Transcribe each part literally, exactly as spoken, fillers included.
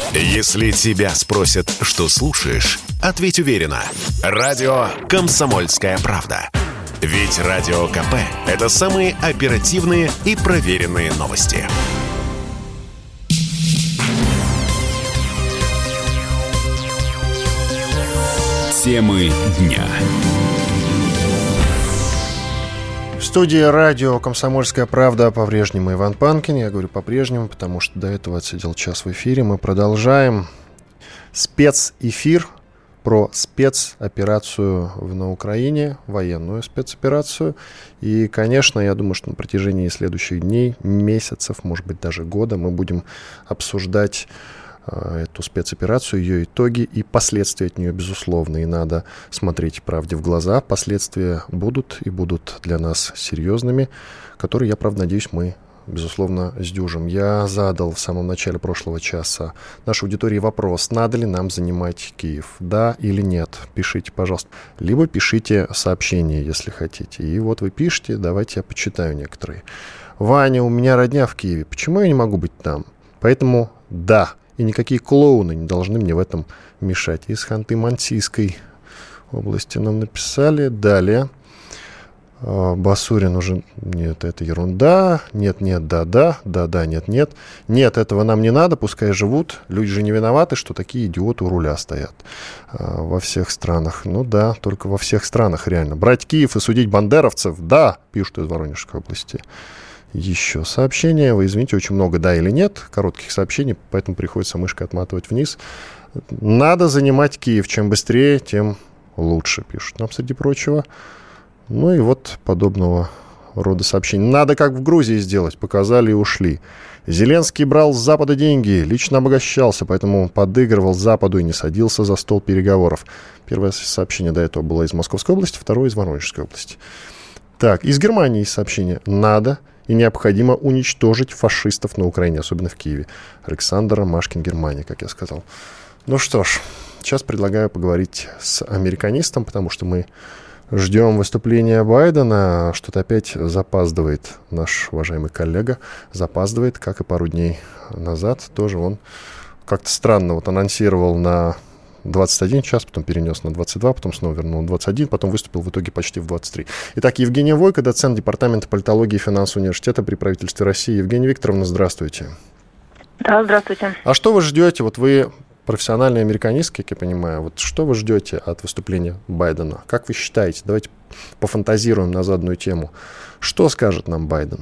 Если тебя спросят, что слушаешь, ответь уверенно. Радио «Комсомольская правда». Ведь Радио КП – это самые оперативные и проверенные новости. Темы дня. В студии радио «Комсомольская правда» по-прежнему Иван Панкин. Я говорю по-прежнему, потому что до этого отсидел час в эфире. Мы продолжаем спецэфир про спецоперацию на Украине, военную спецоперацию. И, конечно, я думаю, что на протяжении следующих дней, месяцев, может быть, даже года мы будем обсуждать эту спецоперацию, ее итоги и последствия от нее, безусловно. И надо смотреть правде в глаза. Последствия будут и будут для нас серьезными, которые, я, правда, надеюсь, мы, безусловно, сдюжим. Я задал в самом начале прошлого часа нашей аудитории вопрос, надо ли нам занимать Киев, да или нет. Пишите, пожалуйста. Либо пишите сообщения, если хотите. И вот вы пишете, давайте я почитаю некоторые. Ваня, у меня родня в Киеве. Почему я не могу быть там? Поэтому да. И никакие клоуны не должны мне в этом мешать. Из Ханты-Мансийской области нам написали. Далее. Басурин уже... Нет, это ерунда. Нет, нет, да, да. Да, да, нет, нет. Нет, этого нам не надо. Пускай живут. Люди же не виноваты, что такие идиоты у руля стоят во всех странах. Ну да, только во всех странах реально. Брать Киев и судить бандеровцев? Да, пишут из Воронежской области. Еще сообщение. Вы извините, очень много да или нет коротких сообщений, поэтому приходится мышкой отматывать вниз. Надо занимать Киев. Чем быстрее, тем лучше, пишут нам, среди прочего. Ну и вот подобного рода сообщений. Надо как в Грузии сделать. Показали и ушли. Зеленский брал с Запада деньги, лично обогащался, поэтому подыгрывал Западу и не садился за стол переговоров. Первое сообщение до этого было из Московской области, второе из Воронежской области. Так, из Германии сообщение. Надо и необходимо уничтожить фашистов на Украине, особенно в Киеве. Александр Ромашкин, Германия, как я сказал. Ну что ж, сейчас предлагаю поговорить с американистом, потому что мы ждем выступления Байдена. Что-то опять запаздывает наш уважаемый коллега. Запаздывает, как и пару дней назад. Тоже он как-то странно вот анонсировал на двадцать один час, потом перенес на двадцать два, потом снова вернул на двадцать один, потом выступил в итоге почти в двадцать три. Итак, Евгения Войко, доцент Департамента политологии и финансового университета при правительстве России. Евгения Викторовна, здравствуйте. Да, здравствуйте. А что вы ждете? Вот вы профессиональный американист, как я понимаю. Вот что вы ждете от выступления Байдена? Как вы считаете? Давайте пофантазируем на заданную тему. Что скажет нам Байден?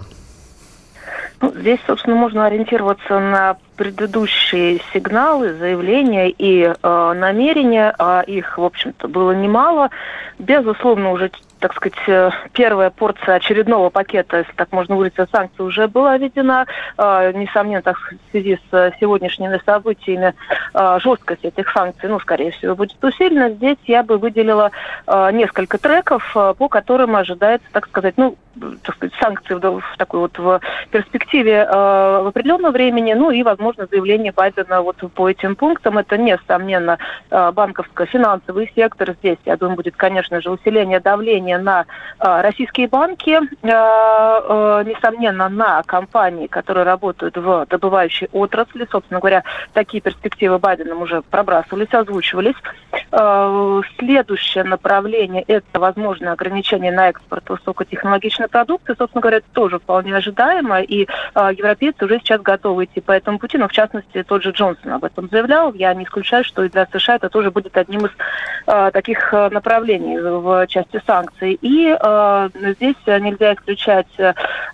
Ну, здесь, собственно, можно ориентироваться на предыдущие сигналы, заявления и э, намерения. А их, в общем-то, было немало. Безусловно, уже, так сказать, первая порция очередного пакета, если так можно выразиться, санкций уже была введена. Э, несомненно, так, в связи с сегодняшними событиями э, жесткость этих санкций, ну, скорее всего, будет усилена. Здесь я бы выделила э, несколько треков, э, по которым ожидается, так сказать, ну, так сказать, санкции в, в такой вот в перспективе э, в определенного времени, ну и, возможно, заявление Байдена вот по этим пунктам. Это, несомненно, э, банковско-финансовый сектор. Здесь, я думаю, будет, конечно же, усиление давления на э, российские банки, э, э, несомненно, на компании, которые работают в добывающей отрасли. Собственно говоря, такие перспективы Байденом уже пробрасывались, озвучивались. Э, следующее направление – это, возможно, ограничение на экспорт высокотехнологичной продукции. Собственно говоря, это тоже вполне ожидаемо, и э, европейцы уже сейчас готовы идти по этому пути, но в частности тот же Джонсон об этом заявлял. Я не исключаю, что и для США это тоже будет одним из э, таких направлений в части санкций. И э, здесь нельзя исключать э,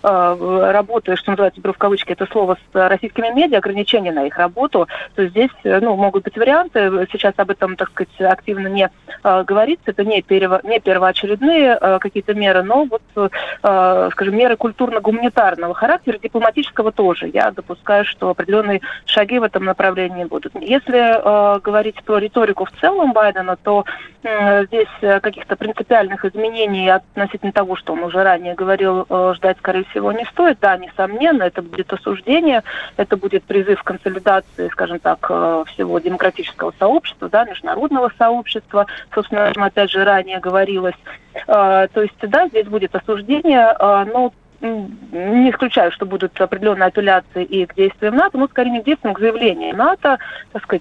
работу, что называется, беру в кавычки это слово, с российскими медиа, ограничения на их работу. То есть здесь ну, могут быть варианты. Сейчас об этом, так сказать, активно не э, говорится. Это не, перво, не первоочередные э, какие-то меры, но вот э, скажем, меры культурно-гуманитарного характера, дипломатического тоже. Я допускаю, что определенные шаги в этом направлении будут. Если э, говорить про риторику в целом Байдена, то э, здесь каких-то принципиальных изменений относительно того, что он уже ранее говорил, э, ждать, скорее всего, не стоит. Да, несомненно, это будет осуждение, это будет призыв к консолидации, скажем так, э, всего демократического сообщества, да, международного сообщества. Собственно, опять же, ранее говорилось. Э, то есть, да, здесь будет осуждение, э, но не исключаю, что будут определенные апелляции и к действиям НАТО, но скорее не к действиям, к заявлениям НАТО, так сказать,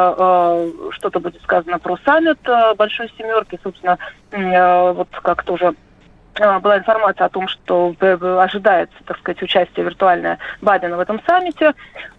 что-то будет сказано про саммит Большой Семерки, собственно, вот как тоже была информация о том, что ожидается, так сказать, участие виртуальное Байдена в этом саммите.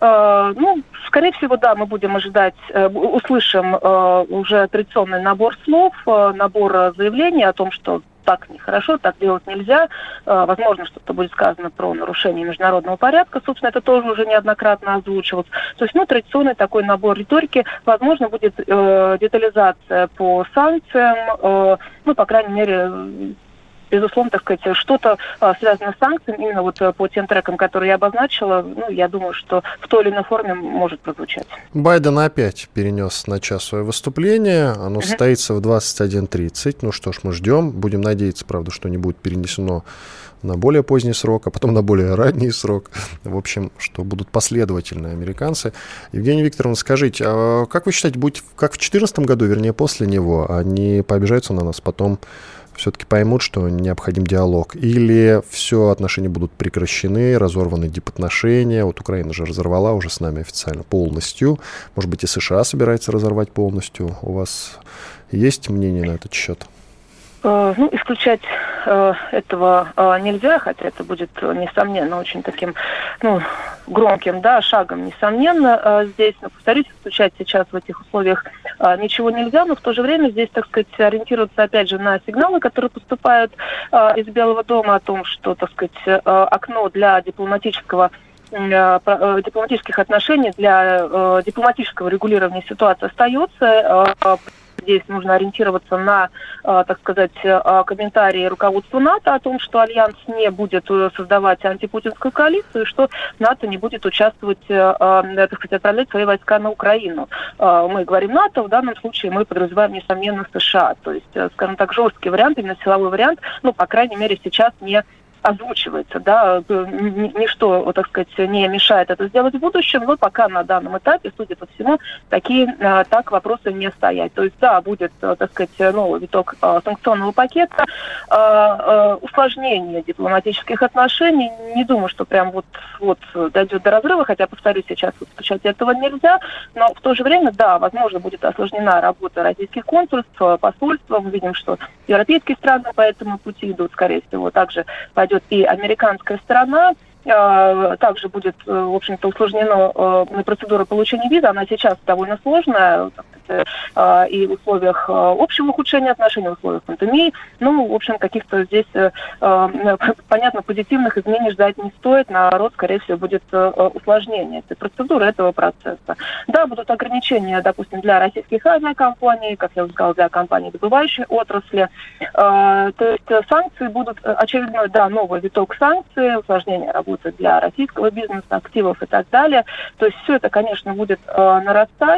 Ну, скорее всего, да, мы будем ожидать, услышим уже традиционный набор слов, набор заявлений о том, что так нехорошо, так делать нельзя. Возможно, что-то будет сказано про нарушение международного порядка. Собственно, это тоже уже неоднократно озвучивалось. То есть, ну, традиционный такой набор риторики. Возможно, будет э, детализация по санкциям. Э, ну, по крайней мере, безусловно, так сказать, что-то а, связанное с санкциями, именно вот по тем трекам, которые я обозначила, ну, я думаю, что в той или иной форме может прозвучать. Байден опять перенес на час свое выступление. Оно uh-huh. состоится в двадцать один тридцать. Ну что ж, мы ждем. Будем надеяться, правда, что не будет перенесено на более поздний срок, а потом на более ранний срок. В общем, что будут последовательные американцы. Евгения Викторовна, скажите, а как вы считаете, будет как в две тысячи четырнадцатом году, вернее, после него, они пообижаются на нас, потом все-таки поймут, что необходим диалог? Или все отношения будут прекращены, разорваны дипотношения? Вот Украина же разорвала уже с нами официально полностью. Может быть, и США собирается разорвать полностью. У вас есть мнение на этот счет? Ну, исключать э, этого э, нельзя, хотя это будет, несомненно, очень таким, ну, громким, да, шагом, несомненно, э, здесь. Но, повторюсь, исключать сейчас в этих условиях э, ничего нельзя, но в то же время здесь, так сказать, ориентироваться, опять же, на сигналы, которые поступают э, из Белого дома о том, что, так сказать, э, окно для дипломатического дипломатических отношений, для э, дипломатического регулирования ситуации остается. Э, Здесь нужно ориентироваться на, э, так сказать, э, комментарии руководства НАТО о том, что Альянс не будет создавать антипутинскую коалицию, и что НАТО не будет участвовать, э, э, так сказать, отправлять свои войска на Украину. Э, мы говорим НАТО, в данном случае мы подразумеваем, несомненно, США. То есть, э, скажем так, жесткий вариант, именно силовой вариант, ну, по крайней мере, сейчас не озвучивается, да, ничто, так сказать, не мешает это сделать в будущем, но пока на данном этапе, судя по всему, такие, так вопросы не стоят. То есть, да, будет, так сказать, новый виток санкционного пакета, усложнение дипломатических отношений. Не думаю, что прям вот, вот дойдет до разрыва, хотя, повторюсь, сейчас исключать этого нельзя, но в то же время, да, возможно, будет осложнена работа российских консульств, посольств. Мы видим, что европейские страны по этому пути идут, скорее всего, также пойдет и американская сторона. Также будет, в общем-то, усложнена процедура получения визы. Она сейчас довольно сложная, и в условиях общего ухудшения отношений, в условиях пандемии. Ну, в общем, каких-то здесь, понятно, позитивных изменений ждать не стоит. Наоборот, скорее всего, будет усложнение этой процедуры, этого процесса. Да, будут ограничения, допустим, для российских авиакомпаний, как я уже сказала, для компаний добывающей отрасли. То есть санкции будут, очередной, да, новый виток санкций, усложнение работы для российского бизнеса, активов и так далее. То есть все это, конечно, будет нарастать.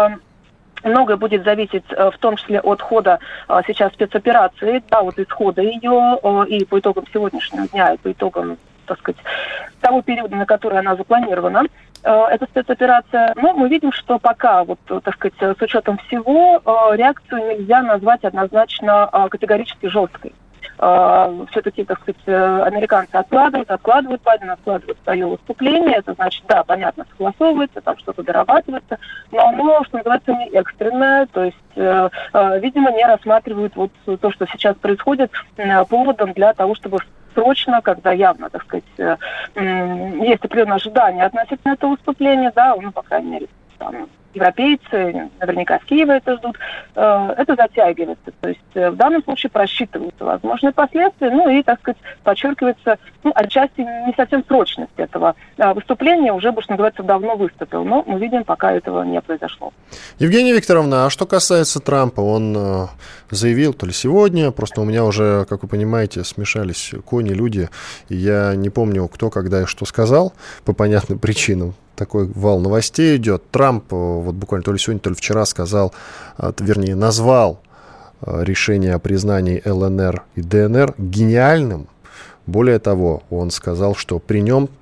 Многое будет зависеть, в том числе, от хода сейчас спецоперации, да, вот исхода ее, и по итогам сегодняшнего дня, и по итогам, так сказать, того периода, на который она запланирована, эта спецоперация. Но мы видим, что пока, вот, так сказать, с учетом всего, реакцию нельзя назвать однозначно категорически жесткой. Все-таки, так сказать, американцы откладывают, откладывают Байдена, откладывают свое выступление. Это значит, да, понятно, согласовывается, там что-то дорабатывается, но оно, что называется, не экстренное, то есть, видимо, не рассматривают вот то, что сейчас происходит, поводом для того, чтобы срочно, когда явно, так сказать, есть определенное ожидание относительно этого выступления, да, ну, по крайней мере, там, европейцы, наверняка с Киева это ждут, это затягивается. То есть в данном случае просчитываются возможные последствия, ну и, так сказать, подчеркивается, ну, отчасти не совсем срочность этого выступления, уже, что называется, давно выступил, но мы видим, пока этого не произошло. Евгения Викторовна, а что касается Трампа, он заявил то ли сегодня, просто у меня уже, как вы понимаете, смешались кони, люди, и я не помню, кто, когда и что сказал, по понятным причинам. Такой вал новостей идет. Трамп вот буквально то ли сегодня, то ли вчера сказал, вернее, назвал решение о признании эл эн эр и дэ эн эр гениальным. Более того, он сказал, что при нем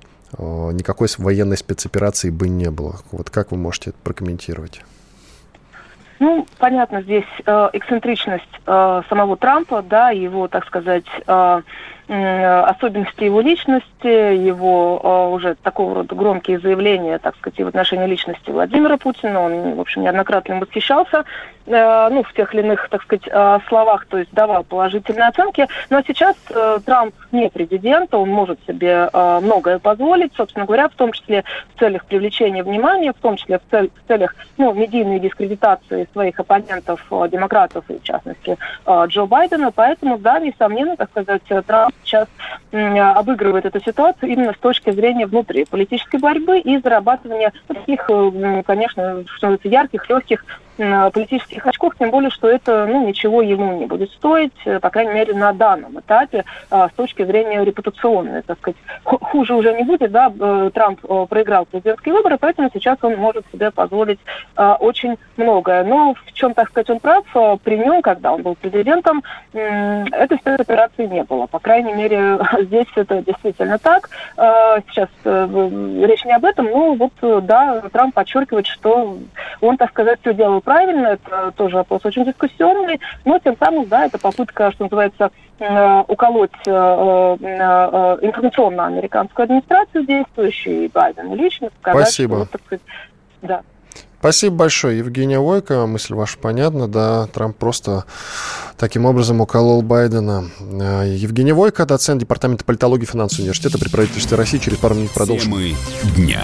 никакой военной спецоперации бы не было. Вот как вы можете это прокомментировать? Ну, понятно, здесь э, эксцентричность э, самого Трампа, да, его, так сказать, э, особенности его личности, его э, уже такого рода громкие заявления, так сказать, в отношении личности Владимира Путина. Он, в общем, неоднократно им восхищался, э, ну, в тех или иных, так сказать, э, словах, то есть давал положительные оценки. Но сейчас э, Трамп не президент, он может себе э, многое позволить, собственно говоря, в том числе в целях привлечения внимания, в том числе в, цель, в целях, ну, медийной дискредитации своих оппонентов, э, демократов и, в частности, э, Джо Байдена. Поэтому, да, несомненно, так сказать, Трамп сейчас обыгрывает эту ситуацию именно с точки зрения внутриполитической борьбы и зарабатывания таких, конечно, что называется, ярких, легких политических очков, тем более, что это, ну, ничего ему не будет стоить, по крайней мере, на данном этапе, с точки зрения репутационной, так сказать. Хуже уже не будет, да, Трамп проиграл президентские выборы, поэтому сейчас он может себе позволить очень многое. Но в чем, так сказать, он прав, при нем, когда он был президентом, этой спецоперации не было. По крайней мере, здесь это действительно так. Сейчас речь не об этом, но вот, да, Трамп подчеркивает, что он, так сказать, все делал правильно, это тоже вопрос очень дискуссионный, но тем самым, да, это попытка, что называется, уколоть информационно американскую администрацию, действующую, и Байден лично, сказать, Спасибо. Что, так сказать, да. Спасибо большое, Евгения Войко. Мысль ваша понятна, да, Трамп просто таким образом уколол Байдена. Евгения Войко, доцент Департамента политологии и финансового университета при правительстве России. Через пару минут продолжим. Темы дня.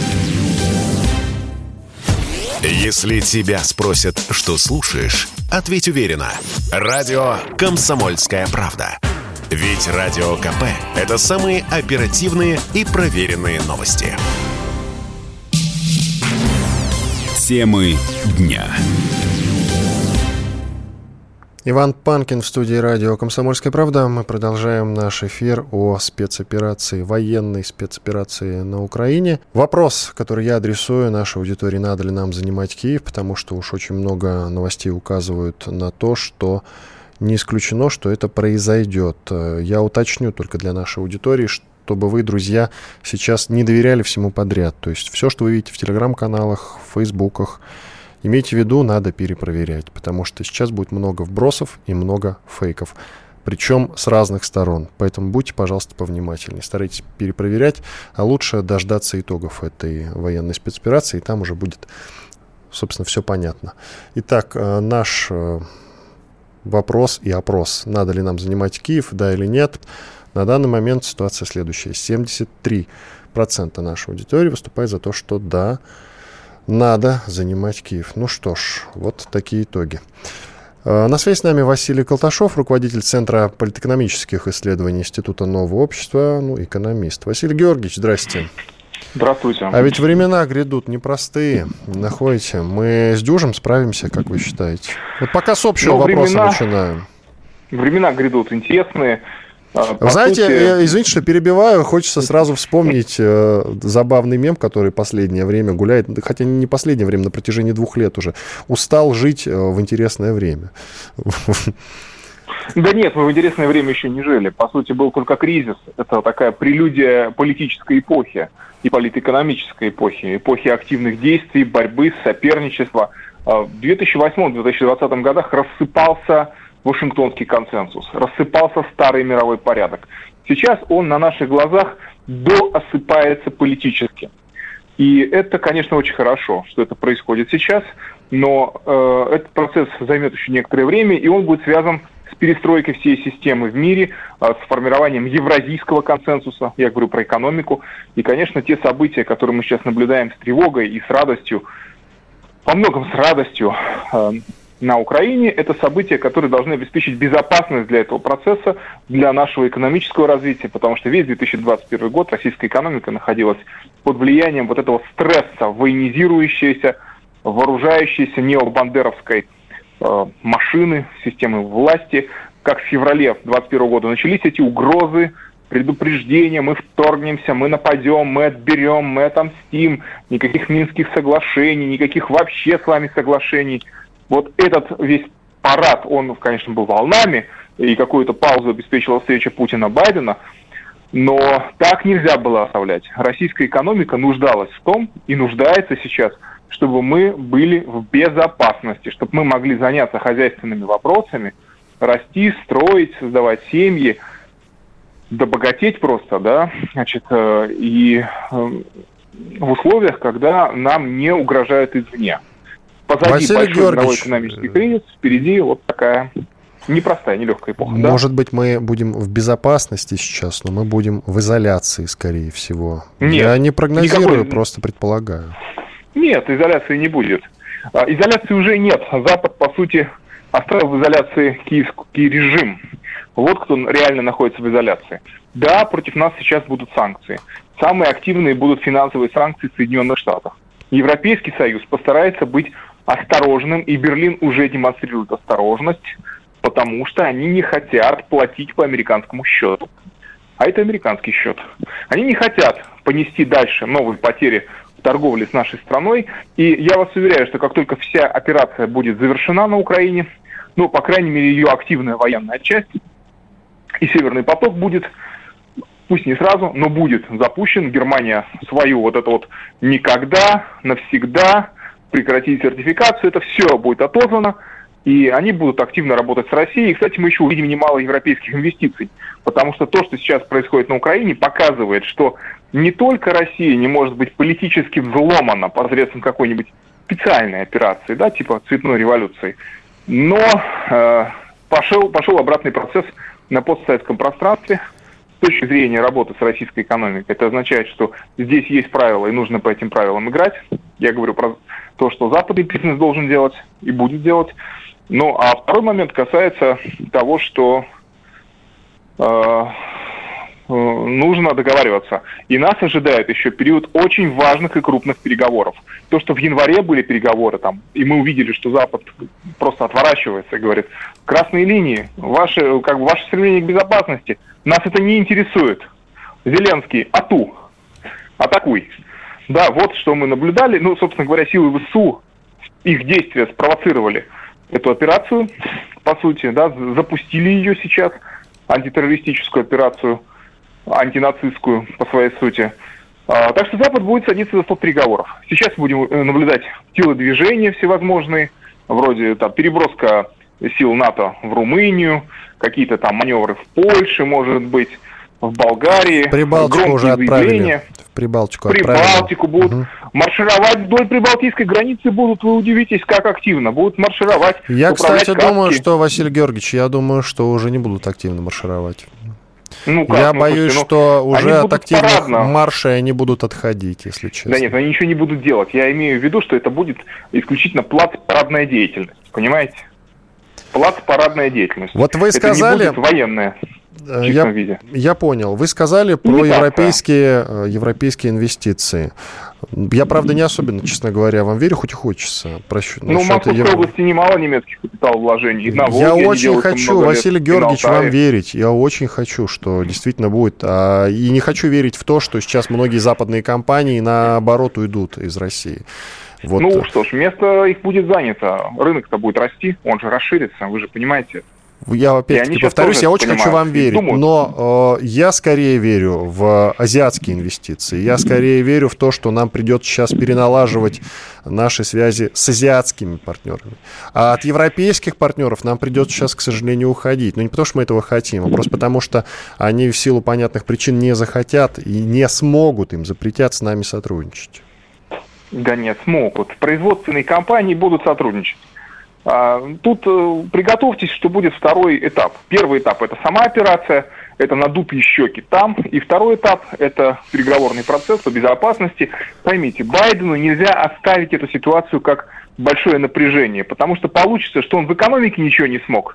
Если тебя спросят, что слушаешь, ответь уверенно. Радио «Комсомольская правда». Ведь Радио КП – это самые оперативные и проверенные новости. Темы дня. Иван Панкин в студии радио «Комсомольская правда». Мы продолжаем наш эфир о спецоперации, военной спецоперации на Украине. Вопрос, который я адресую нашей аудитории: надо ли нам занимать Киев, потому что уж очень много новостей указывают на то, что не исключено, что это произойдет. Я уточню только для нашей аудитории, чтобы вы, друзья, сейчас не доверяли всему подряд. То есть все, что вы видите в телеграм-каналах, в фейсбуках, имейте в виду, надо перепроверять, потому что сейчас будет много вбросов и много фейков, причем с разных сторон. Поэтому будьте, пожалуйста, повнимательнее, старайтесь перепроверять, а лучше дождаться итогов этой военной спецоперации, и там уже будет, собственно, все понятно. Итак, наш вопрос и опрос: надо ли нам занимать Киев, да или нет. На данный момент ситуация следующая. семьдесят три процента нашей аудитории выступает за то, что да, надо занимать Киев. Ну что ж, вот такие итоги. На связи с нами Василий Колташов, руководитель Центра политэкономических исследований Института Нового общества, ну, экономист. Василий Георгиевич, здрасте. Здравствуйте. А ведь времена грядут непростые, находите. Мы с дюжем справимся, как вы считаете? Вот пока с общего Но вопроса времена, начинаем. Времена грядут интересные. Вы знаете, сути... извините, что перебиваю, хочется сразу вспомнить э, забавный мем, который последнее время гуляет, хотя не последнее время, на протяжении двух лет уже. Устал жить э, в интересное время. Да нет, мы в интересное время еще не жили. По сути, был только кризис. Это такая прелюдия политической эпохи и политэкономической эпохи. Эпохи активных действий, борьбы, соперничества. В две тысячи восьмом — две тысячи двадцатом годах рассыпался Вашингтонский консенсус, рассыпался старый мировой порядок. Сейчас он на наших глазах доосыпается политически. И это, конечно, очень хорошо, что это происходит сейчас, но э, этот процесс займет еще некоторое время, и он будет связан с перестройкой всей системы в мире, э, с формированием евразийского консенсуса, я говорю про экономику. И, конечно, те события, которые мы сейчас наблюдаем с тревогой и с радостью, во многом с радостью, э, на Украине, это события, которые должны обеспечить безопасность для этого процесса, для нашего экономического развития, потому что весь две тысячи двадцать первый год российская экономика находилась под влиянием вот этого стресса, военизирующейся, вооружающейся необандеровской э, машины, системы власти. Как в феврале двадцать первого года начались эти угрозы, предупреждения: мы вторгнемся, мы нападем, мы отберем, мы отомстим, никаких Минских соглашений, никаких вообще с вами соглашений. Вот этот весь парад, он, конечно, был волнами, и какую-то паузу обеспечила встреча Путина-Байдена, но так нельзя было оставлять. Российская экономика нуждалась в том, и нуждается сейчас, чтобы мы были в безопасности, чтобы мы могли заняться хозяйственными вопросами, расти, строить, создавать семьи, да богатеть просто, да, значит, и в условиях, когда нам не угрожают извне. Позади Василий большой мировой экономический кризис, впереди вот такая непростая, нелегкая эпоха. Может да? быть, мы будем в безопасности сейчас, но мы будем в изоляции, скорее всего. Нет, Я не прогнозирую, никакой... просто предполагаю. Нет, изоляции не будет. Изоляции уже нет. Запад, по сути, оставил в изоляции киевский режим. Вот кто реально находится в изоляции. Да, против нас сейчас будут санкции. Самые активные будут финансовые санкции Соединенных Штатов. Европейский Союз постарается быть осторожным, и Берлин уже демонстрирует осторожность, потому что они не хотят платить по американскому счету. А это американский счет. Они не хотят понести дальше новые потери в торговле с нашей страной. И я вас уверяю, что как только вся операция будет завершена на Украине, ну, по крайней мере, ее активная военная часть, и Северный поток будет, пусть не сразу, но будет запущен. Германия свою вот это вот никогда, навсегда, прекратить сертификацию, это все будет отозвано. И они будут активно работать с Россией. И, кстати, мы еще увидим немало европейских инвестиций. Потому что то, что сейчас происходит на Украине, показывает, что не только Россия не может быть политически взломана посредством какой-нибудь специальной операции, да, типа цветной революции, но э, пошел, пошел обратный процесс на постсоветском пространстве. С точки зрения работы с российской экономикой, это означает, что здесь есть правила, и нужно по этим правилам играть. Я говорю про то, что западный бизнес должен делать и будет делать. Ну, а второй момент касается того, что э, э, нужно договариваться. И нас ожидает еще период очень важных и крупных переговоров. То, что в январе были переговоры, там, и мы увидели, что Запад просто отворачивается и говорит, красные линии, ваше, как бы, ваше стремление к безопасности, нас это не интересует. Зеленский, ату, атакуй. Да, вот что мы наблюдали. Ну, собственно говоря, силы ВСУ, их действия спровоцировали эту операцию, по сути, да, запустили ее сейчас, антитеррористическую операцию, антинацистскую по своей сути. А, так что Запад будет садиться за стол переговоров. Сейчас будем наблюдать телодвижения всевозможные, вроде там переброска сил НАТО в Румынию, какие-то там маневры в Польше, может быть, в Болгарии. Прибалтику уже отправили. В Прибалтику отправили. Прибалтику будут угу. маршировать вдоль прибалтийской границы, будут, вы удивитесь, как активно, будут маршировать. Я, кстати, Каспий. думаю, что, Василий Георгиевич, я думаю, что уже не будут активно маршировать. Ну, как? Я ну, боюсь, слушайте, что ну, уже от активных парадно. маршей они будут отходить, если честно. Да нет, они ничего не будут делать. Я имею в виду, что это будет исключительно плацпарадная деятельность, понимаете? Плацпарадная деятельность. Вот вы это сказали... не будет военная. Я, я понял. Вы сказали про европейские, европейские инвестиции. Я, правда, не особенно, честно говоря, вам верю, хоть и хочется. Прощу, ну, в Московской евро... области немало немецких капиталовложений. Я очень хочу, Василий Георгиевич, вам верить. Я очень хочу, что действительно будет. А, и не хочу верить в то, что сейчас многие западные компании, наоборот, уйдут из России. Вот. Ну что ж, место их будет занято. Рынок-то будет расти, он же расширится, вы же понимаете. Я опять-таки повторюсь, я очень понимают, хочу вам верить, думают. но э, я скорее верю в азиатские инвестиции. Я скорее верю в то, что нам придется сейчас переналаживать наши связи с азиатскими партнерами. А от европейских партнеров нам придется сейчас, к сожалению, уходить. Но не потому, что мы этого хотим, а просто потому, что они в силу понятных причин не захотят и не смогут, им запретят с нами сотрудничать. Да нет, смогут. Производственные компании будут сотрудничать. Тут приготовьтесь, что будет второй этап. Первый этап – это сама операция, это надутые щеки там. И второй этап – это переговорный процесс по безопасности. Поймите, Байдену нельзя оставить эту ситуацию как большое напряжение, потому что получится, что он в экономике ничего не смог.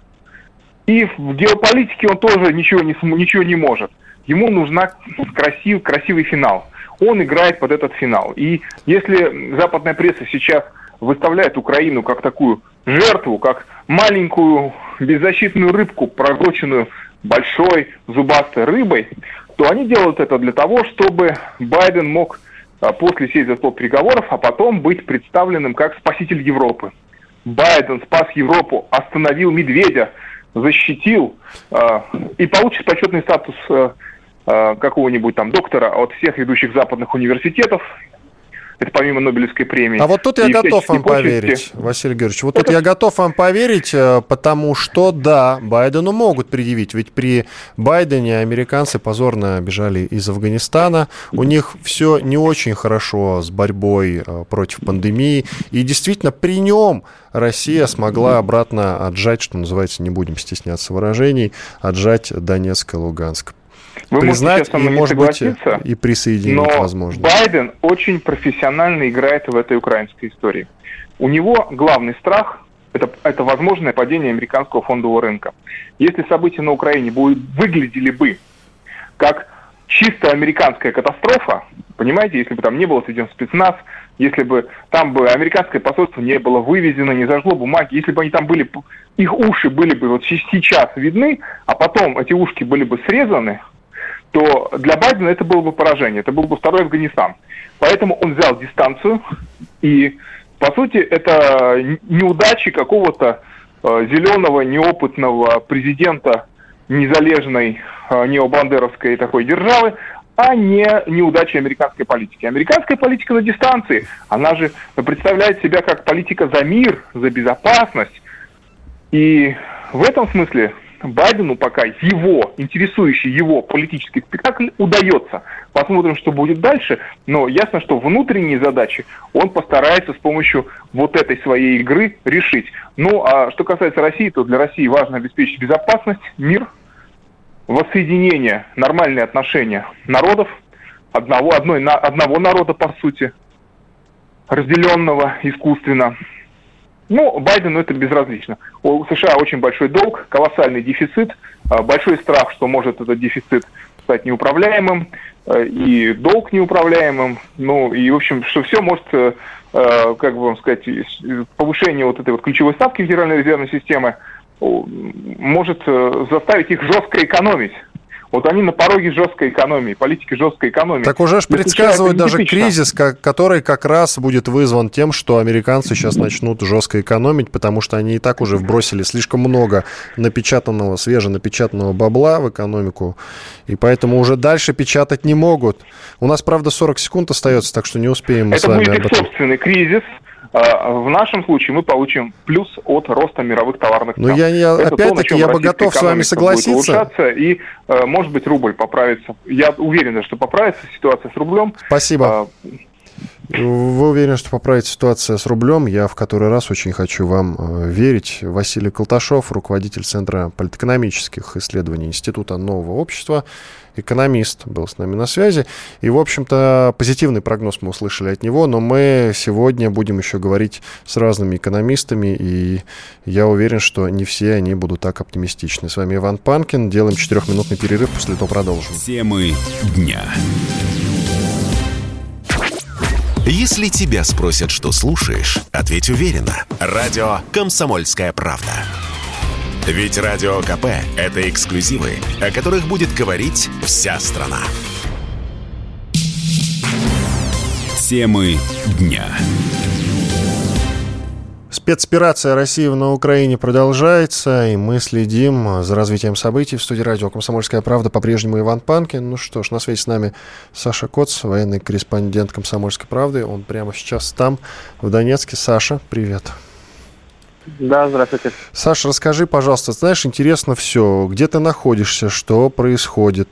И в геополитике он тоже ничего не, ничего не может. Ему нужен красив, красивый финал. Он играет под этот финал. И если западная пресса сейчас выставляет Украину как такую жертву, как маленькую беззащитную рыбку, проглоченную большой зубастой рыбой, то они делают это для того, чтобы Байден мог после сесть за стол переговоров, а потом быть представленным как спаситель Европы. Байден спас Европу, остановил медведя, защитил э, и получит почетный статус э, какого-нибудь там доктора от всех ведущих западных университетов. это помимо Нобелевской премии. А вот тут я готов вам поверить, Василий Георгиевич. Вот это... тут я готов вам поверить, потому что, да, Байдену могут предъявить. Ведь при Байдене американцы позорно бежали из Афганистана. У них все не очень хорошо с борьбой против пандемии. И действительно, при нем Россия смогла обратно отжать, что называется, не будем стесняться выражений, отжать Донецк и Луганск. Вы Признать можете и, может быть, и присоединить, но возможно. Байден очень профессионально играет в этой украинской истории. У него главный страх это, – это возможное падение американского фондового рынка. Если события на Украине будут, выглядели бы как чисто американская катастрофа, понимаете, если бы там не было отведен спецназ, если бы там бы американское посольство не было вывезено, не зажгло бумаги, если бы они там были, их уши были бы вот сейчас видны, а потом эти ушки были бы срезаны, то для Байдена это было бы поражение, это был бы второй Афганистан. Поэтому он взял дистанцию, и, по сути, это неудачи какого-то э, зеленого, неопытного президента незалежной э, необандеровской такой державы, а не неудачи американской политики. Американская политика на дистанции, она же представляет себя как политика за мир, за безопасность. И в этом смысле Байдену пока его, интересующий его политический спектакль удается. Посмотрим, что будет дальше. Но ясно, что внутренние задачи он постарается с помощью вот этой своей игры решить. Ну, а что касается России, то для России важно обеспечить безопасность, мир, воссоединение, нормальные отношения народов, одного, одной, одного народа, по сути, разделенного искусственно. Ну, Байдену это безразлично. У США очень большой долг, колоссальный дефицит, большой страх, что может этот дефицит стать неуправляемым, и долг неуправляемым. Ну, и, в общем, что все может, как бы вам сказать, повышение вот этой вот ключевой ставки Федеральной резервной системы может заставить их жестко экономить. Вот они на пороге жесткой экономии, политики жесткой экономии. Так уже ж предсказывают даже кризис, который как раз будет вызван тем, что американцы сейчас начнут жестко экономить, потому что они и так уже вбросили слишком много напечатанного, свеженапечатанного бабла в экономику, и поэтому уже дальше печатать не могут. У нас, правда, сорок секунд остается, так что не успеем мы Это с вами будет об этом. Собственный кризис. В нашем случае мы получим плюс от роста мировых товарных цен. Но я, я опять-таки, я бы готов с вами согласиться. И, может быть, рубль поправится. Я уверен, что поправится ситуация с рублем. Спасибо. Вы уверены, что поправится ситуация с рублем? Я в который раз очень хочу вам верить. Василий Колташов, руководитель Центра политэкономических исследований Института нового общества, экономист, был с нами на связи. И, в общем-то, позитивный прогноз мы услышали от него, но мы сегодня будем еще говорить с разными экономистами, и я уверен, что не все они будут так оптимистичны. С вами Иван Панкин. Делаем четырехминутный перерыв, после этого продолжим. Темы дня. Если тебя спросят, что слушаешь, ответь уверенно. Радио «Комсомольская правда». Ведь Радио КП – это эксклюзивы, о которых будет говорить вся страна. Темы дня. Спецоперация России на Украине продолжается, и мы следим за развитием событий. В студии радио «Комсомольская правда» по-прежнему Иван Панкин. Ну что ж, на связи с нами Саша Коц, военный корреспондент «Комсомольской правды». Он прямо сейчас там, в Донецке. Саша, привет. Да, здравствуйте. Саша, расскажи, пожалуйста, знаешь, интересно все. Где ты находишься, что происходит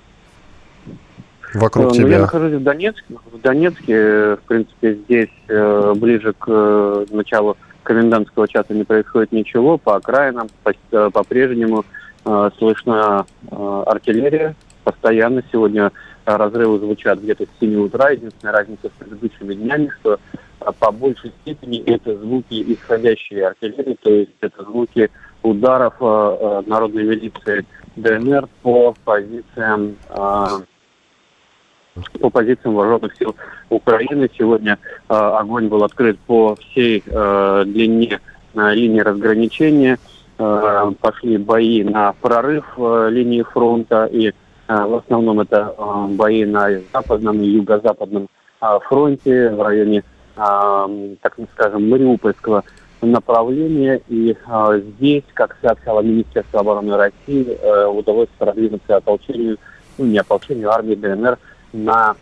вокруг ну, тебя? Я нахожусь в Донецке. В Донецке, в принципе, здесь э, ближе к э, началу комендантского часа не происходит ничего. По окраинам по, по-прежнему э, слышна э, артиллерия. Постоянно сегодня разрывы звучат где-то с семи утра. Единственная разница с предыдущими днями, что э, по большей степени это звуки исходящей артиллерии, то есть это звуки ударов э, э, народной милиции ДНР по позициям э, по позициям вооруженных сил Украины. Сегодня э, огонь был открыт по всей э, длине э, линии разграничения. Э, пошли бои на прорыв э, линии фронта, и э, в основном это э, бои на западном и юго-западном э, фронте в районе, э, так скажем, Мариупольского направления. И э, здесь, как сообщало Министерство обороны России, э, удалось продвинуться ополчению, ну не ополчению, армии ДНР на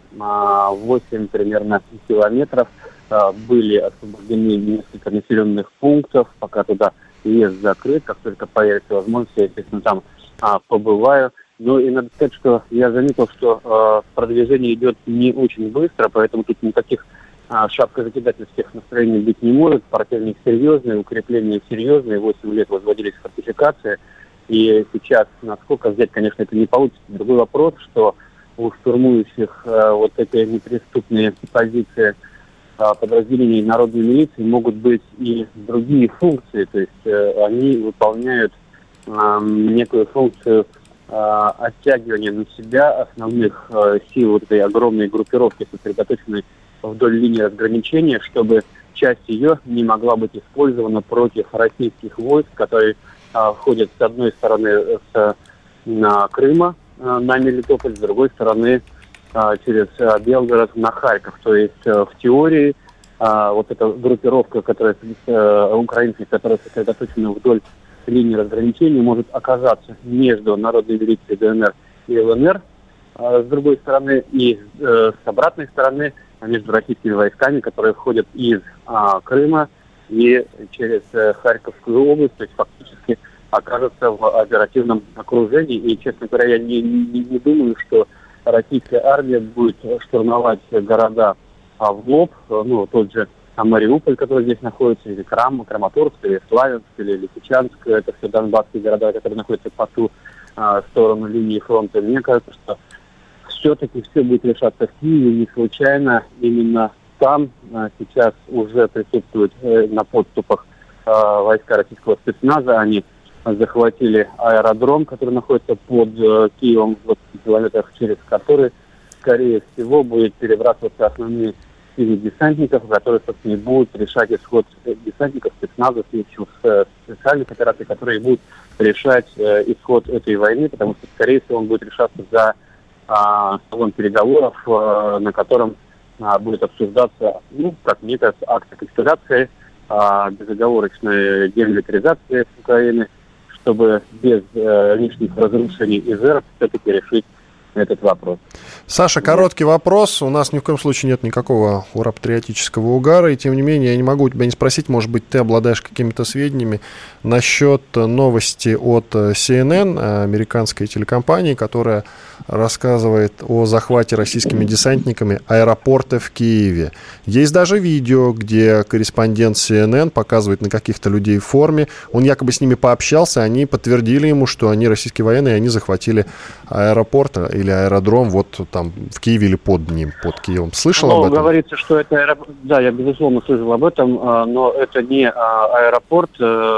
восемь примерно километров. Были освобождены несколько населенных пунктов, пока туда въезд закрыт. Как только появится возможность, я, естественно, там а, побываю. Ну и надо сказать, что я заметил, что а, продвижение идет не очень быстро, поэтому тут никаких а, шапкозакидательских настроений быть не может. Противник серьезный, укрепления серьезные. восемь лет возводились фортификации. И сейчас, насколько взять, конечно, это не получится. Другой вопрос, что у штурмующих а, вот эти неприступные позиции подразделений народной милиции могут быть и другие функции, то есть э, они выполняют э, некую функцию э, оттягивания на себя основных э, сил вот этой огромной группировки, сосредоточенной вдоль линии разграничения, чтобы часть ее не могла быть использована против российских войск, которые э, входят с одной стороны с на Крыма, э, на Мелитополь, с другой стороны через Белгород на Харьков. То есть в теории вот эта группировка, которая украинцев, которая сосредоточена вдоль линии разграничения, может оказаться между народной милицией ДНР и ЛНР, с другой стороны, и с обратной стороны между российскими войсками, которые входят из Крыма и через Харьковскую область, то есть фактически окажется в оперативном окружении. И, честно говоря, я не, не, не думаю, что российская армия будет штурмовать города а, в лоб, ну, тот же а, Мариуполь, который здесь находится, или Крам, Краматорск, или Славянск, или Лисичанск, это все донбасские города, которые находятся по ту а, сторону линии фронта. Мне кажется, что все-таки все будет решаться в Киеве, не случайно именно там а, сейчас уже присутствуют э, на подступах а, войска российского спецназа, они захватили аэродром, который находится под э, Киевом, в двадцати километрах, через который, скорее всего, будет перебрасываться основные силы десантников, которые, собственно, будут решать исход десантников, спецназа, с специальных операций, которые будут решать э, исход этой войны, потому что, скорее всего, он будет решаться за э, столом переговоров, э, на котором э, будет обсуждаться, ну, как мне кажется, акт капитуляции, э, безоговорочной демилитаризации Украины, чтобы без э, лишних разрушений и жертв все-таки решить этот вопрос. Саша, короткий вопрос. У нас ни в коем случае нет никакого ура-патриотического угара, и тем не менее я не могу тебя не спросить, может быть, ты обладаешь какими-то сведениями насчет новости от си эн эн, американской телекомпании, которая рассказывает о захвате российскими десантниками аэропорта в Киеве. Есть даже видео, где корреспондент си эн эн показывает на каких-то людей в форме. Он якобы с ними пообщался, они подтвердили ему, что они российские военные, и они захватили аэропорт или аэродром вот там в Киеве или под ним, под Киевом. Слышал ну, об этом? Говорится, что это аэропорт. Да, я, безусловно, слышал об этом, но это не аэропорт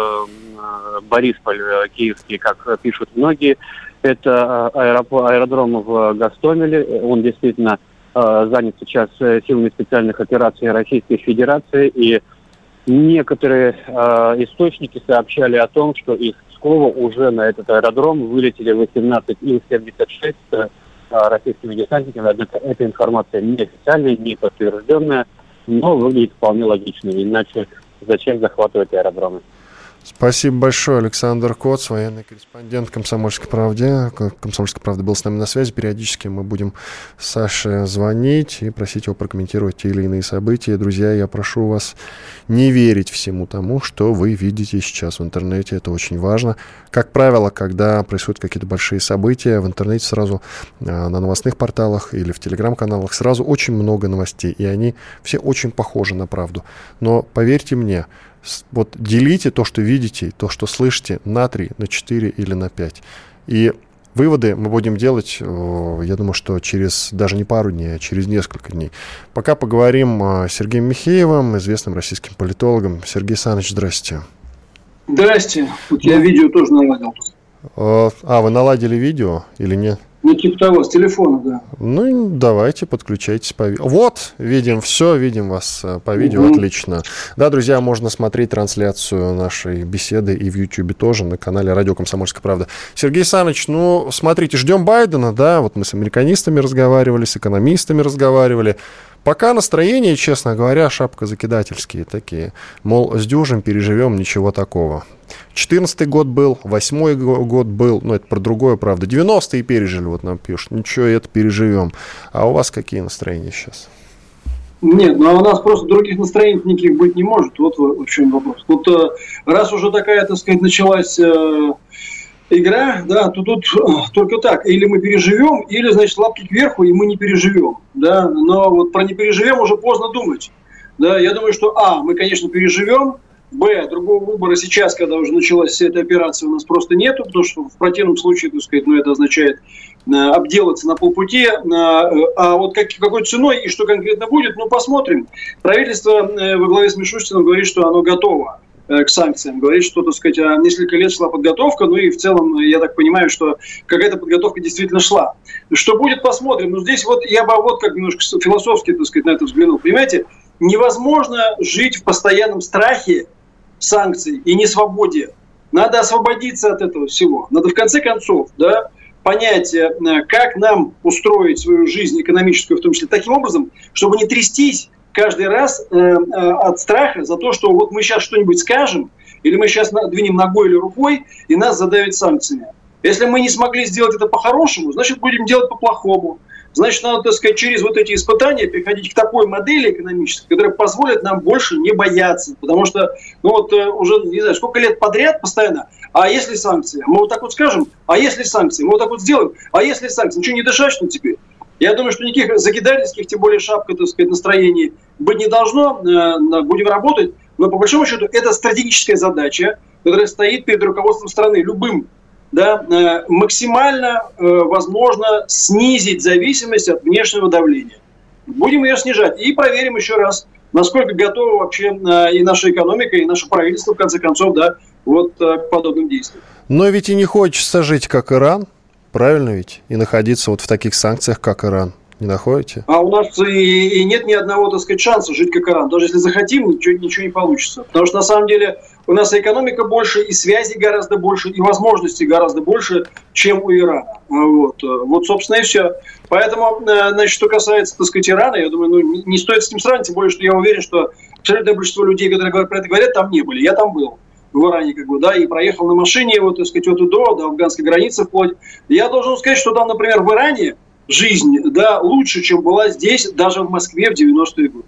Борисполь киевский, как пишут многие. Это аэродром в Гостомеле. Он действительно занят сейчас силами специальных операций Российской Федерации. И некоторые источники сообщали о том, что из Пскова уже на этот аэродром вылетели восемнадцать ил семьдесят шесть российскими десантниками. Однако эта информация не официальная, не подтвержденная, но выглядит вполне логично. Иначе зачем захватывать аэродромы? Спасибо большое, Александр Коц, военный корреспондент «Комсомольской правды». «Комсомольская правда» был с нами на связи. Периодически мы будем Саше звонить и просить его прокомментировать те или иные события. Друзья, я прошу вас не верить всему тому, что вы видите сейчас в интернете. Это очень важно. Как правило, когда происходят какие-то большие события, в интернете сразу на новостных порталах или в телеграм-каналах сразу очень много новостей, и они все очень похожи на правду. Но поверьте мне, вот делите то, что видите, то, что слышите, на три, на четыре или на пять. И выводы мы будем делать, я думаю, что через даже не пару дней, а через несколько дней. Пока поговорим с Сергеем Михеевым, известным российским политологом. Сергей Александрович, здрасте. Здрасте. Вот я видео тоже наладил. А, вы наладили видео или нет? Ну, типа того, с телефона, да. Ну, давайте, подключайтесь по видео. Вот, видим все, видим вас по видео, угу. Отлично. Да, друзья, можно смотреть трансляцию нашей беседы и в Ютьюбе тоже, на канале «Радио Комсомольская правда». Сергей Александрович, ну, смотрите, ждем Байдена, да, вот мы с американистами разговаривали, с экономистами разговаривали. Пока настроения, честно говоря, шапкозакидательские такие. Мол, сдюжим, переживем, ничего такого. четырнадцатый год был, восьмой год был, ну, это про другое, правда. девяностые пережили, вот нам пишут. Ничего, это переживем. А у вас какие настроения сейчас? Нет, ну а у нас просто других настроений никаких быть не может. Вот в чем вопрос. Вот раз уже такая, так сказать, началась э, игра, да, то тут э, только так. Или мы переживем, или, значит, лапки кверху, и мы не переживем. Да? Но вот про не переживем уже поздно думать. Да? Я думаю, что а, мы, конечно, переживем, б, другого выбора сейчас, когда уже началась вся эта операция, у нас просто нету, потому что в противном случае, так сказать, ну, это означает э, обделаться на полпути. Э, а вот как, какой ценой и что конкретно будет, ну, посмотрим. Правительство э, во главе с Мишустиным говорит, что оно готово э, к санкциям. Говорит, что, так сказать, несколько лет шла подготовка, ну и в целом, я так понимаю, что какая-то подготовка действительно шла. Что будет, посмотрим. Но здесь вот я бы вот как немножко философски, так сказать, на это взглянул. Понимаете, невозможно жить в постоянном страхе санкций и несвободе. Надо освободиться от этого всего. Надо в конце концов, да, понять, как нам устроить свою жизнь экономическую, в том числе таким образом, чтобы не трястись каждый раз э, э, от страха за то, что вот мы сейчас что-нибудь скажем, или мы сейчас двинем ногой или рукой, и нас задавят санкциями. Если мы не смогли сделать это по-хорошему, значит, будем делать по-плохому. Значит, надо, так сказать, через вот эти испытания переходить к такой модели экономической, которая позволит нам больше не бояться. Потому что, ну вот уже, не знаю, сколько лет подряд постоянно, а если санкции? Мы вот так вот скажем, а если санкции? Мы вот так вот сделаем, а если санкции? Ничего не дышать, что теперь? Я думаю, что никаких закидательских, тем более шапка, так сказать, настроений быть не должно. Будем работать. Но по большому счету это стратегическая задача, которая стоит перед руководством страны, любым. Да, максимально э, возможно снизить зависимость от внешнего давления. Будем ее снижать. И проверим еще раз, насколько готова вообще э, и наша экономика, и наше правительство, в конце концов, да, вот э, к подобным действиям. Но ведь и не хочется жить, как Иран, правильно ведь? И находиться вот в таких санкциях, как Иран. Не находите? А у нас и, и нет ни одного, так сказать, шанса жить как Иран. Даже если захотим, ничего, ничего не получится. Потому что, на самом деле, у нас и экономика больше, и связей гораздо больше, и возможностей гораздо больше, чем у Ирана. Вот, вот собственно, и все. Поэтому, значит, что касается, так сказать, Ирана, я думаю, ну, не, не стоит с ним сравнивать, тем более, что я уверен, что абсолютное большинство людей, которые про это говорят, там не были. Я там был. В Иране, как бы, да, и проехал на машине, вот, так сказать, от и до, до афганской границы вплоть. Я должен сказать, что там, например, в Иране жизнь, да, лучше, чем была здесь, даже в Москве в девяностые годы.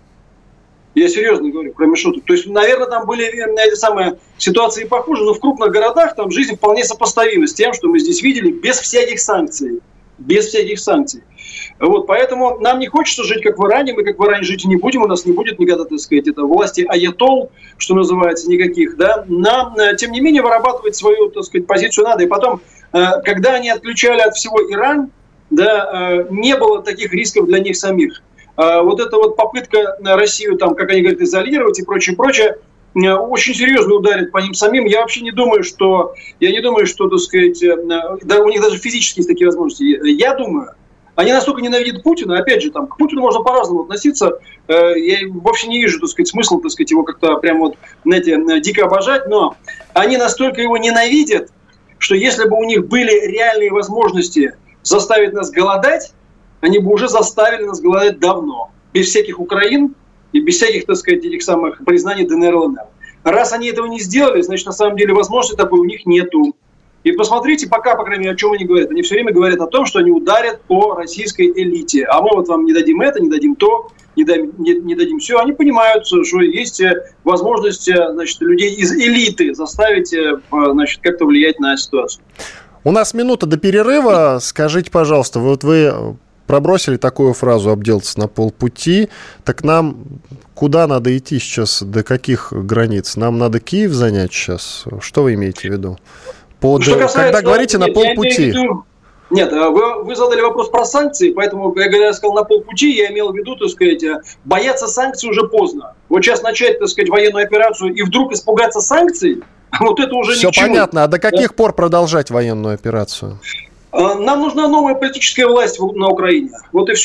Я серьезно говорю, кроме шуток. То есть, наверное, там были эти самые ситуации похуже, но в крупных городах там жизнь вполне сопоставима с тем, что мы здесь видели, без всяких санкций. Без всяких санкций. Вот, поэтому нам не хочется жить как в Иране, мы как в Иране жить и не будем, у нас не будет никогда, так сказать, это власти аятол, что называется, никаких, да. Нам, тем не менее, вырабатывать свою, так сказать, позицию надо. И потом, когда они отключали от всего Иран, да, не было таких рисков для них самих. Вот эта вот попытка Россию, там, как они говорят, изолировать и прочее, прочее, очень серьезно ударит по ним самим. Я вообще не думаю, что, я не думаю, что, так сказать, да, у них даже физически есть такие возможности. Я думаю, они настолько ненавидят Путина, опять же, там, к Путину можно по-разному относиться. Я вообще не вижу, так сказать, смысла, так сказать, его как-то прям вот, знаете, дико обожать, но они настолько его ненавидят, что если бы у них были реальные возможности заставить нас голодать, они бы уже заставили нас голодать давно. Без всяких Украин и без всяких, так сказать, этих самых признаний ДНР, ЛНР. Раз они этого не сделали, значит, на самом деле возможности такой у них нету. И посмотрите, пока, по крайней мере, о чем они говорят. Они все время говорят о том, что они ударят по российской элите. А мы вот вам не дадим это, не дадим то, не дадим, не, не дадим все. Они понимают, что есть возможность, значит, людей из элиты заставить, значит, как-то влиять на ситуацию. У нас минута до перерыва. Скажите, пожалуйста, вот вы пробросили такую фразу «обделаться на полпути». Так нам куда надо идти сейчас? До каких границ? Нам надо Киев занять сейчас? Что вы имеете в виду? Под... Касается, когда говорите нет, на полпути. Виду... Нет, вы, вы задали вопрос про санкции, поэтому, когда я сказал на полпути, я имел в виду, так сказать, бояться санкций уже поздно. Вот сейчас начать, так сказать, военную операцию и вдруг испугаться санкций, вот это уже все ни к чему. Понятно. А до каких да? пор продолжать военную операцию? Нам нужна новая политическая власть на Украине. Вот и все.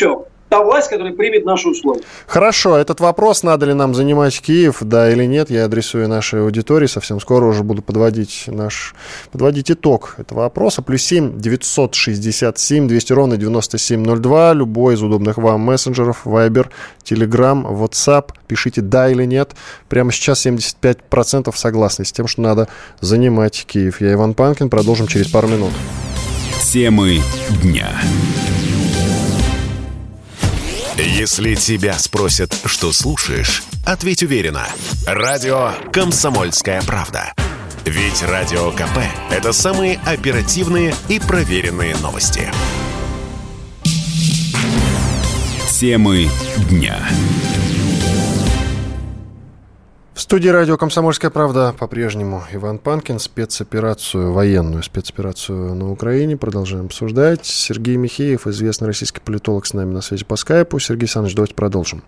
та власть, которая примет наши условия. Хорошо, этот вопрос, надо ли нам занимать Киев, да или нет, я адресую нашей аудитории. Совсем скоро уже буду подводить, наш, подводить итог этого опроса. Плюс семь девятьсот шестьдесят семь двести ровно девяносто семь ноль два. Любой из удобных вам мессенджеров, Viber, Telegram, WhatsApp. Пишите «да» или «нет». Прямо сейчас семьдесят пять процентов согласны с тем, что надо занимать Киев. Я Иван Панкин. Продолжим через пару минут. Темы дня. Если тебя спросят, что слушаешь, ответь уверенно. Радио «Комсомольская правда». Ведь Радио КП – это самые оперативные и проверенные новости. Темы дня. В студии радио «Комсомольская правда» по-прежнему Иван Панкин. Спецоперацию, военную спецоперацию на Украине продолжаем обсуждать. Сергей Михеев, известный российский политолог, с нами на связи по скайпу. Сергей Александрович, давайте продолжим.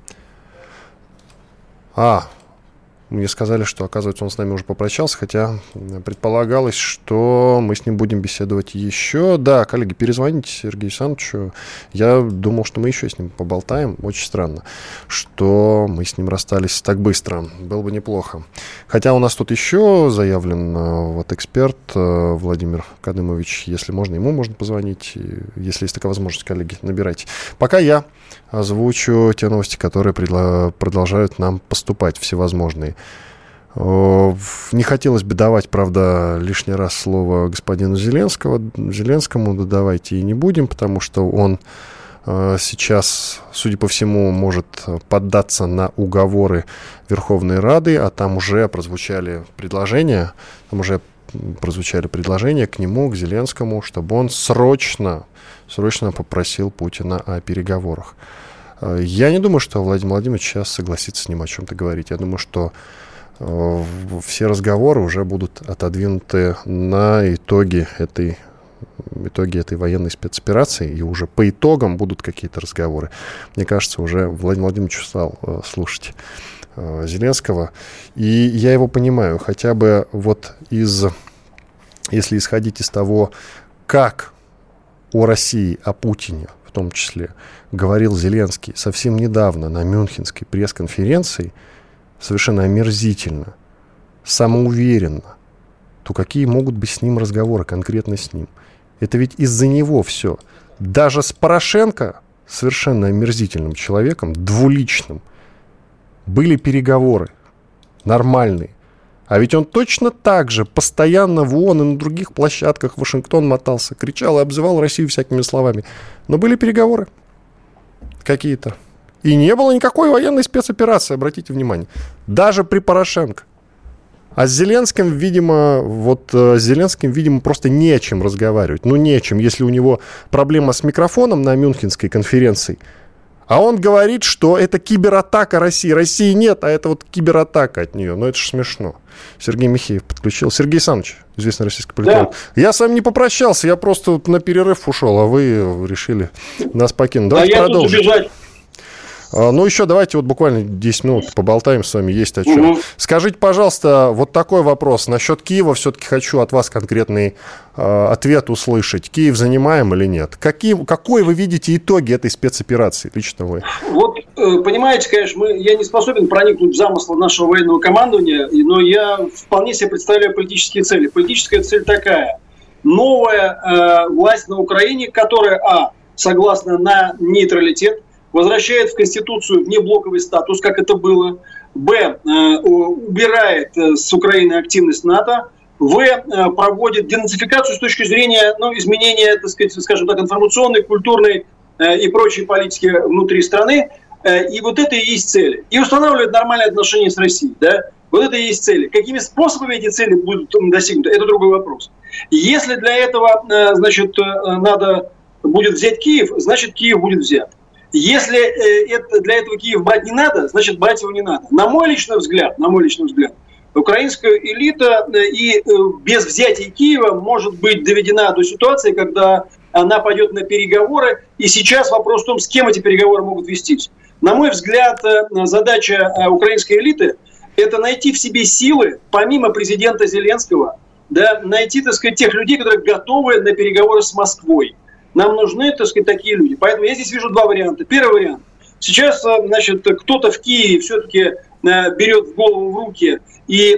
А, мне сказали, что, оказывается, он с нами уже попрощался, хотя предполагалось, что мы с ним будем беседовать еще. Да, коллеги, перезвоните Сергею Александровичу. Я думал, что мы еще с ним поболтаем. Очень странно, что мы с ним расстались так быстро. Было бы неплохо. Хотя у нас тут еще заявлен вот эксперт Владимир Кадымович. Если можно, ему можно позвонить. Если есть такая возможность, коллеги, набирайте. Пока я озвучу те новости, которые продолжают нам поступать, всевозможные. Не хотелось бы давать, правда, лишний раз слово господину Зеленского. Зеленскому да давайте и не будем, потому что он сейчас, судя по всему, может поддаться на уговоры Верховной Рады, а там уже прозвучали предложения, там уже прозвучали предложения к нему, к Зеленскому, чтобы он срочно, срочно попросил Путина о переговорах. Я не думаю, что Владимир Владимирович сейчас согласится с ним о чем-то говорить. Я думаю, что э, все разговоры уже будут отодвинуты на итоги этой, итоги этой военной спецоперации, и уже по итогам будут какие-то разговоры. Мне кажется, уже Владимир Владимирович стал э, слушать э, Зеленского, и я его понимаю, хотя бы вот из, если исходить из того, как о России, о Путине в том числе, говорил Зеленский совсем недавно на Мюнхенской пресс-конференции, совершенно омерзительно, самоуверенно, то какие могут быть с ним разговоры, конкретно с ним? Это ведь из-за него все. Даже с Порошенко, совершенно омерзительным человеком, двуличным, были переговоры нормальные. А ведь он точно так же постоянно в ООН и на других площадках в Вашингтон мотался, кричал и обзывал Россию всякими словами. Но были переговоры какие-то. И не было никакой военной спецоперации, обратите внимание. Даже при Порошенко. А с Зеленским, видимо, вот с Зеленским, видимо, просто не о чем разговаривать. Ну, не о чем, если у него проблема с микрофоном на Мюнхенской конференции. А он говорит, что это кибератака России. России нет, а это вот кибератака от нее. Ну, это же смешно. Сергей Михеев подключил. Сергей Александрович, известный российский политолог. Да. Я с вами не попрощался, я просто вот на перерыв ушел, а вы решили нас покинуть. Давайте а продолжим. Я тут убежать. Ну, еще давайте вот буквально десять минут поболтаем с вами, есть о чем. Угу. Скажите, пожалуйста, вот такой вопрос. Насчет Киева все-таки хочу от вас конкретный э, ответ услышать. Киев занимаем или нет? Какие, какой вы видите итоги этой спецоперации, лично вы? Вот, э, понимаете, конечно, мы, я не способен проникнуть в замыслы нашего военного командования, но я вполне себе представляю политические цели. Политическая цель такая. Новая э, власть на Украине, которая, а, согласна на нейтралитет, возвращает в Конституцию внеблоковый статус, как это было. Б. Убирает с Украины активность НАТО. В. Проводит денацификацию с точки зрения ну, изменения, так сказать, скажем так, информационной, культурной и прочей политики внутри страны. И вот это и есть цели. И устанавливает нормальные отношения с Россией. Да? Вот это и есть цели. Какими способами эти цели будут достигнуты, это другой вопрос. Если для этого, значит, надо будет взять Киев, значит, Киев будет взят. Если э, это, для этого Киев брать не надо, значит, брать его не надо. На мой личный взгляд, на мой личный взгляд, украинская элита э, и э, без взятия Киева может быть доведена до ситуации, когда она пойдет на переговоры. И сейчас вопрос в том, с кем эти переговоры могут вестись. На мой взгляд, э, задача э, украинской элиты – это найти в себе силы, помимо президента Зеленского, да, найти, так сказать, тех людей, которые готовы на переговоры с Москвой. Нам нужны, так сказать, такие люди. Поэтому я здесь вижу два варианта. Первый вариант. Сейчас, значит, кто-то в Киеве все-таки берет в голову в руки, и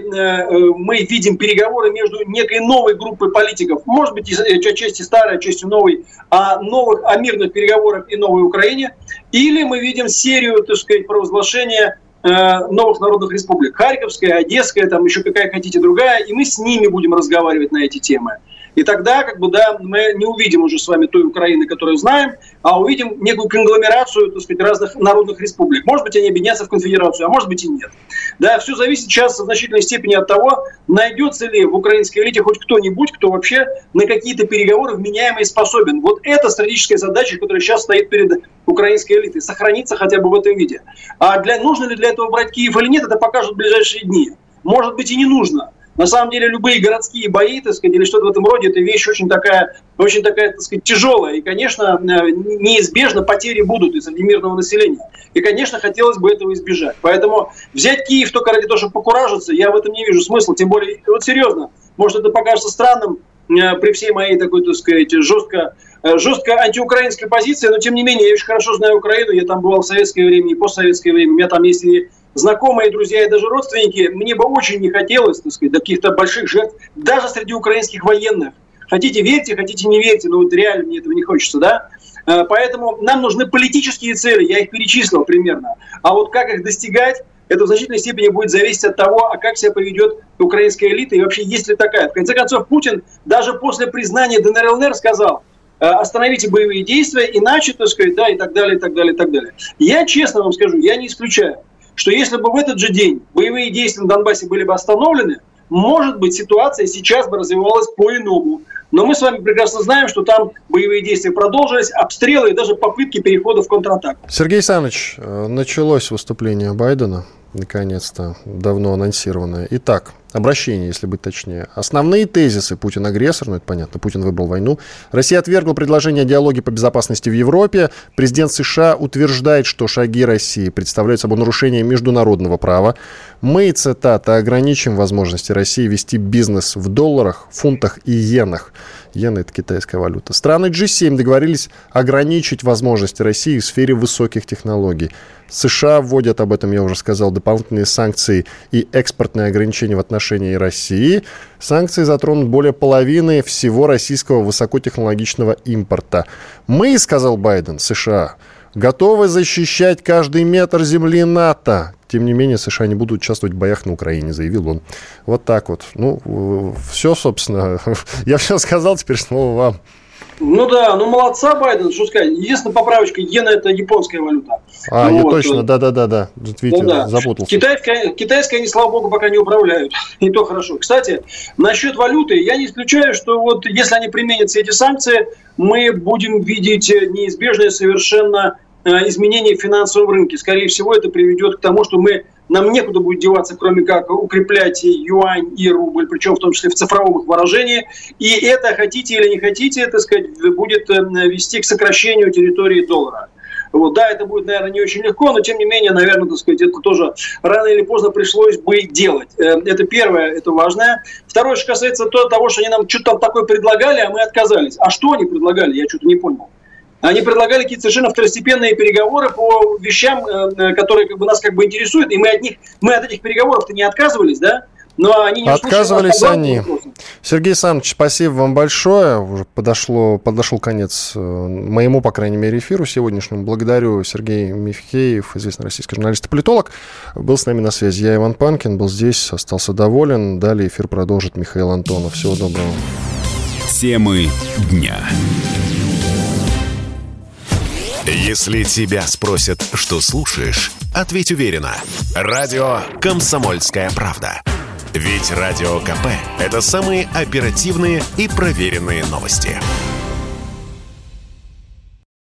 мы видим переговоры между некой новой группой политиков, может быть, отчасти старой, отчасти новой, о новых, о мирных переговорах и новой Украине, или мы видим серию, так сказать, провозглашения новых народных республик. Харьковская, Одесская, там еще какая хотите другая, и мы с ними будем разговаривать на эти темы. И тогда, как бы, да, мы не увидим уже с вами той Украины, которую знаем, а увидим некую конгломерацию, так сказать, разных народных республик. Может быть, они объединятся в конфедерацию, а может быть и нет. Да, все зависит сейчас в значительной степени от того, найдется ли в украинской элите хоть кто-нибудь, кто вообще на какие-то переговоры вменяемый способен. Вот это стратегическая задача, которая сейчас стоит перед украинской элитой. Сохраниться хотя бы в этом виде. А для, нужно ли для этого брать Киев или нет, это покажут в ближайшие дни. Может быть и не нужно. На самом деле любые городские бои, так сказать, или что-то в этом роде, это вещь очень такая, очень такая, так сказать, тяжелая. И, конечно, неизбежно потери будут и среди мирного населения. И, конечно, хотелось бы этого избежать. Поэтому взять Киев только ради того, чтобы покуражиться, я в этом не вижу смысла. Тем более, вот серьезно, может, это покажется странным при всей моей такой, так сказать, жестко, жестко антиукраинской позиции, но, тем не менее, я очень хорошо знаю Украину, я там бывал в советское время и постсоветское время, у меня там есть и знакомые, друзья и даже родственники. Мне бы очень не хотелось, так сказать, до каких-то больших жертв, даже среди украинских военных. Хотите верьте, хотите не верьте, но вот реально мне этого не хочется, да? Поэтому нам нужны политические цели, я их перечислил примерно. А вот как их достигать, это в значительной степени будет зависеть от того, а как себя поведет украинская элита и вообще есть ли такая. В конце концов, Путин даже после признания ДНР ЛНР сказал: остановите боевые действия, иначе, так сказать, да, и так далее, и так далее, и так далее. Я честно вам скажу, я не исключаю, что если бы в этот же день боевые действия на Донбассе были бы остановлены, может быть, ситуация сейчас бы развивалась по-иному. Но мы с вами прекрасно знаем, что там боевые действия продолжились, обстрелы и даже попытки перехода в контратаку. Сергей Александрович, началось выступление Байдена, наконец-то, давно анонсированное. Итак, обращение, если быть точнее. Основные тезисы: Путин агрессор, ну это понятно, Путин выбрал войну. Россия отвергла предложение о диалоге по безопасности в Европе. Президент США утверждает, что шаги России представляют собой нарушение международного права. Мы, цитата, ограничим возможности России вести бизнес в долларах, фунтах и иенах. Иены – это китайская валюта. Страны джи семь договорились ограничить возможности России в сфере высоких технологий. США вводят, об этом я уже сказал, дополнительные санкции и экспортные ограничения в отношении России. Санкции затронут более половины всего российского высокотехнологичного импорта. Мы, сказал Байден, США, готовы защищать каждый метр земли НАТО. Тем не менее, США не будут участвовать в боях на Украине, заявил он. Вот так вот. Ну, все, собственно. Я все сказал, теперь слово вам. Ну да, ну молодца Байден, что сказать. Единственная поправочка, иена — это японская валюта. А, ну, я вот, точно, да-да-да. Видите, да, да. запутался. Китайская, китайская, они, слава богу, пока не управляют. И то хорошо. Кстати, насчет валюты, я не исключаю, что вот если они применят все эти санкции, мы будем видеть неизбежное совершенно изменения в финансовом рынке. Скорее всего, это приведет к тому, что мы, нам некуда будет деваться, кроме как укреплять юань и рубль, причем в том числе в цифровом их выражении. И это, хотите или не хотите, так сказать, будет вести к сокращению территории доллара. Вот, да, это будет, наверное, не очень легко, но тем не менее, наверное, так сказать, это тоже рано или поздно пришлось бы делать. Это первое, это важное. Второе, что касается того, что они нам что-то там такое предлагали, а мы отказались. А что они предлагали, я что-то не понял. Они предлагали какие-то совершенно второстепенные переговоры по вещам, которые как бы нас как бы интересуют, и мы от них, мы от этих переговоров-то не отказывались, да? Но они не отказывались слушали, они. Сергей Александрович, спасибо вам большое. Уже подошло, подошел конец моему, по крайней мере, эфиру сегодняшнему. Благодарю. Сергей Михеев, известный российский журналист и политолог, был с нами на связи. Я Иван Панкин, был здесь, остался доволен. Далее эфир продолжит Михаил Антонов. Всего доброго. Темы дня. Если тебя спросят, что слушаешь, ответь уверенно. Радио «Комсомольская правда». Ведь Радио КП – это самые оперативные и проверенные новости.